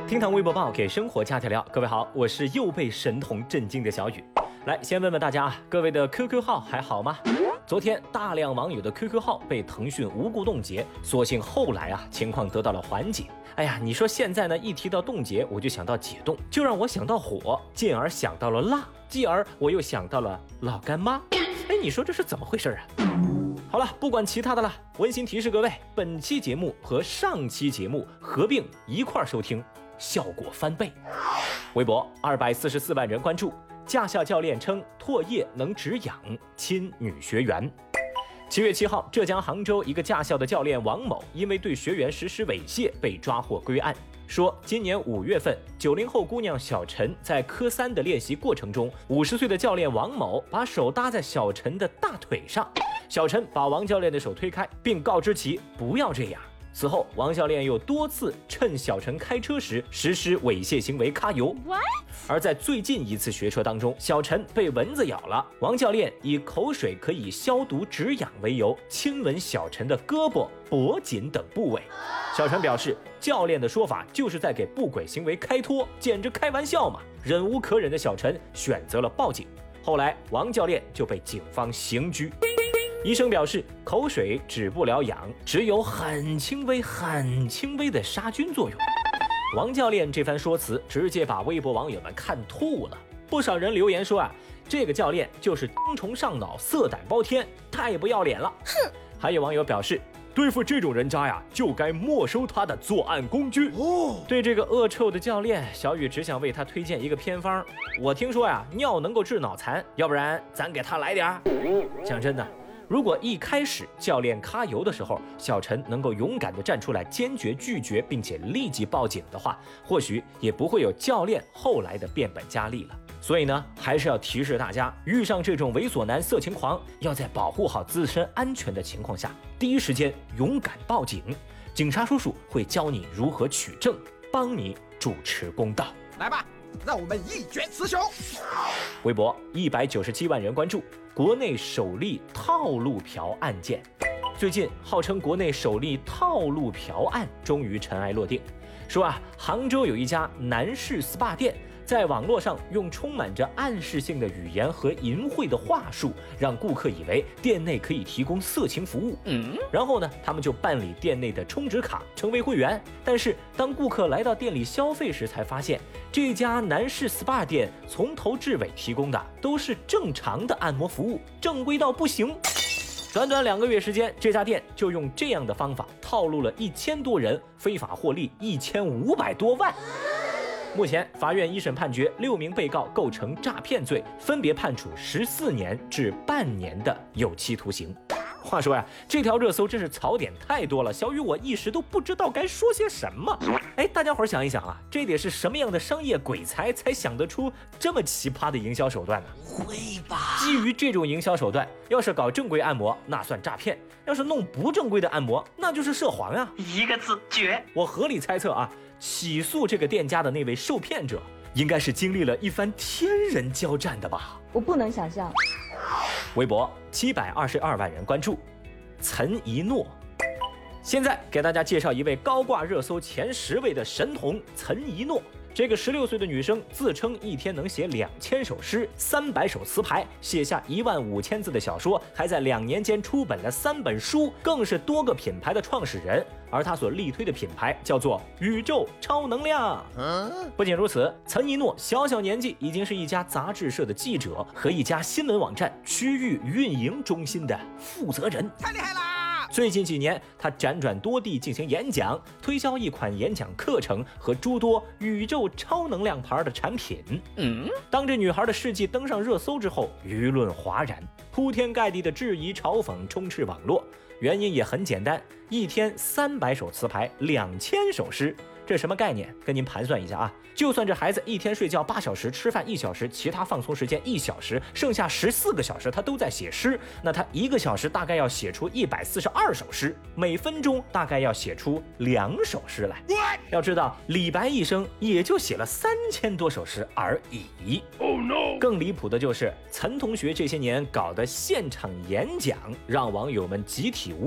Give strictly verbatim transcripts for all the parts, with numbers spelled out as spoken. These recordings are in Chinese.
听堂微博报，给生活加点料。各位好，我是又被神童震惊的小雨。来，先问问大家，各位的 Q Q 号还好吗？昨天大量网友的 Q Q 号被腾讯无故冻结，所幸后来啊情况得到了缓解。哎呀，你说现在呢，一提到冻结，我就想到解冻，就让我想到火，进而想到了辣，继而我又想到了老干妈。哎，你说这是怎么回事啊？好了，不管其他的了，温馨提示各位，本期节目和上期节目合并一块收听，效果翻倍。微博二百四十四万人关注，驾校教练称唾液能止痒，亲女学员。七月七号，浙江杭州一个驾校的教练王某因为对学员实施猥亵被抓获归案，说今年五月份，九零后姑娘小陈在科三的练习过程中，五十岁的教练王某把手搭在小陈的大腿上，小陈把王教练的手推开，并告知其不要这样。此后，王教练又多次趁小陈开车时实施猥亵行为揩油。What? 而在最近一次学车当中，小陈被蚊子咬了，王教练以口水可以消毒止痒为由，亲吻小陈的胳膊、脖颈等部位。小陈表示，教练的说法就是在给不轨行为开脱，简直开玩笑嘛！忍无可忍的小陈选择了报警，后来王教练就被警方刑拘。医生表示，口水止不了痒，只有很轻微、很轻微的杀菌作用。王教练这番说辞直接把微博网友们看吐了，不少人留言说啊，这个教练就是精虫上脑、色胆包天，太不要脸了。哼！还有网友表示，对付这种人渣呀，就该没收他的作案工具。哦，对这个恶臭的教练，小雨只想为他推荐一个偏方。我听说呀，尿能够治脑残，要不然咱给他来点儿。讲真的。如果一开始教练揩油的时候，小陈能够勇敢地站出来坚决拒绝，并且立即报警的话，或许也不会有教练后来的变本加厉了。所以呢，还是要提示大家，遇上这种猥琐男、色情狂，要在保护好自身安全的情况下，第一时间勇敢报警，警察叔叔会教你如何取证，帮你主持公道。 来吧，让我们一决雌雄。 微博一百九十七万人关注，国内首例套路嫖案件。最近号称国内首例套路嫖案终于尘埃落定，说啊，杭州有一家男士 S P A 店，在网络上用充满着暗示性的语言和淫秽的话术，让顾客以为店内可以提供色情服务。嗯，然后呢，他们就办理店内的充值卡，成为会员。但是当顾客来到店里消费时，才发现这家男士 S P A 店从头至尾提供的都是正常的按摩服务，正规到不行。短短两个月时间，这家店就用这样的方法套路了一千多人，非法获利一千五百多万。目前，法院一审判决六名被告构成诈骗罪，分别判处十四年至半年的有期徒刑。话说呀，这条热搜真是槽点太多了，小雨我一时都不知道该说些什么。哎，大家伙想一想啊，这得是什么样的商业鬼才才想得出这么奇葩的营销手段呢？ 会吧？ 基于这种营销手段，要是搞正规按摩，那算诈骗；要是弄不正规的按摩，那就是涉黄啊！ 一个字，绝！ 我合理猜测啊，起诉这个店家的那位受骗者，应该是经历了一番天人交战的吧？ 我不能想象。 微博七百二十二万人关注，岑一诺。现在给大家介绍一位高挂热搜前十位的神童岑一诺。这个十六岁的女生自称一天能写两千首诗、三百首词牌，写下一万五千字的小说，还在两年间出本了三本书，更是多个品牌的创始人。而她所力推的品牌叫做宇宙超能量。不仅如此，岑一诺小小年纪已经是一家杂志社的记者和一家新闻网站区域运营中心的负责人， 太厉害啦！ 最近几年，他辗转多地进行演讲，推销一款演讲课程和诸多宇宙超能量牌的产品。嗯，当这女孩的事迹登上热搜之后，舆论哗然，铺天盖地的质疑嘲讽充斥网络。原因也很简单，一天三百首词牌，两千首诗，这什么概念？跟您盘算一下啊，就算这孩子一天睡觉八小时，吃饭一小时，其他放松时间一小时，剩下十四个小时他都在写诗，那他一个小时大概要写出一百四十二首诗，每分钟大概要写出两首诗来。要知道，李白一生也就写了三千多首诗而已。Oh no！ 更离谱的就是岑同学这些年搞的现场演讲，让网友们集体无语。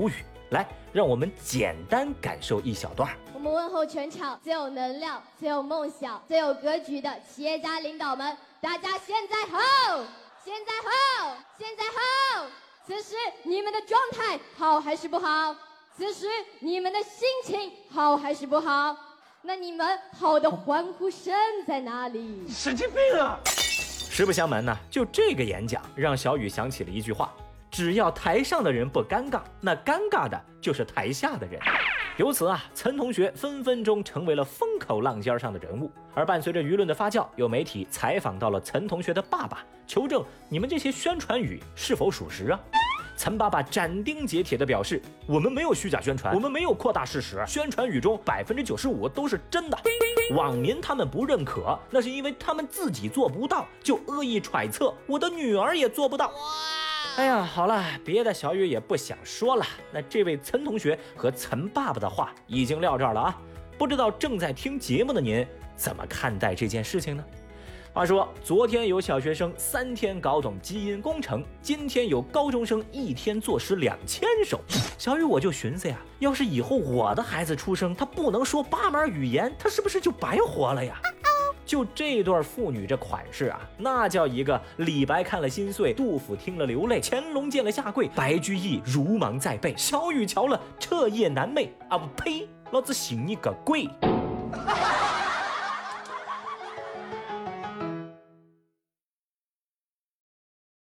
来，让我们简单感受一小段。 我们问候全场最有能量、最有梦想、最有格局的企业家领导们，大家现在好，现在好，现在好。此时你们的状态好还是不好？此时你们的心情好还是不好？那你们好的欢呼声在哪里？ 神经病啊！ 实不相瞒呢，就这个演讲让小雨想起了一句话：只要台上的人不尴尬，那尴尬的就是台下的人。由此啊，岑同学分分钟成为了风口浪尖上的人物。而伴随着舆论的发酵，有媒体采访到了岑同学的爸爸，求证你们这些宣传语是否属实啊。岑爸爸斩钉截铁地表示，我们没有虚假宣传，我们没有扩大事实，宣传语中百分之九十五都是真的。网民他们不认可，那是因为他们自己做不到，就恶意揣测我的女儿也做不到。哎呀，好了，别的小雨也不想说了。那这位岑同学和岑爸爸的话已经撂这儿了啊，不知道正在听节目的您怎么看待这件事情呢？话说，昨天有小学生三天搞懂基因工程，今天有高中生一天作诗两千首。小雨我就寻思呀，要是以后我的孩子出生，他不能说八门语言，他是不是就白活了呀？就这对父女这款式啊，那叫一个李白看了心碎，杜甫听了流泪，乾隆见了下跪，白居易如芒在背，小雨瞧了彻夜难寐啊！不呸，老子信你个鬼！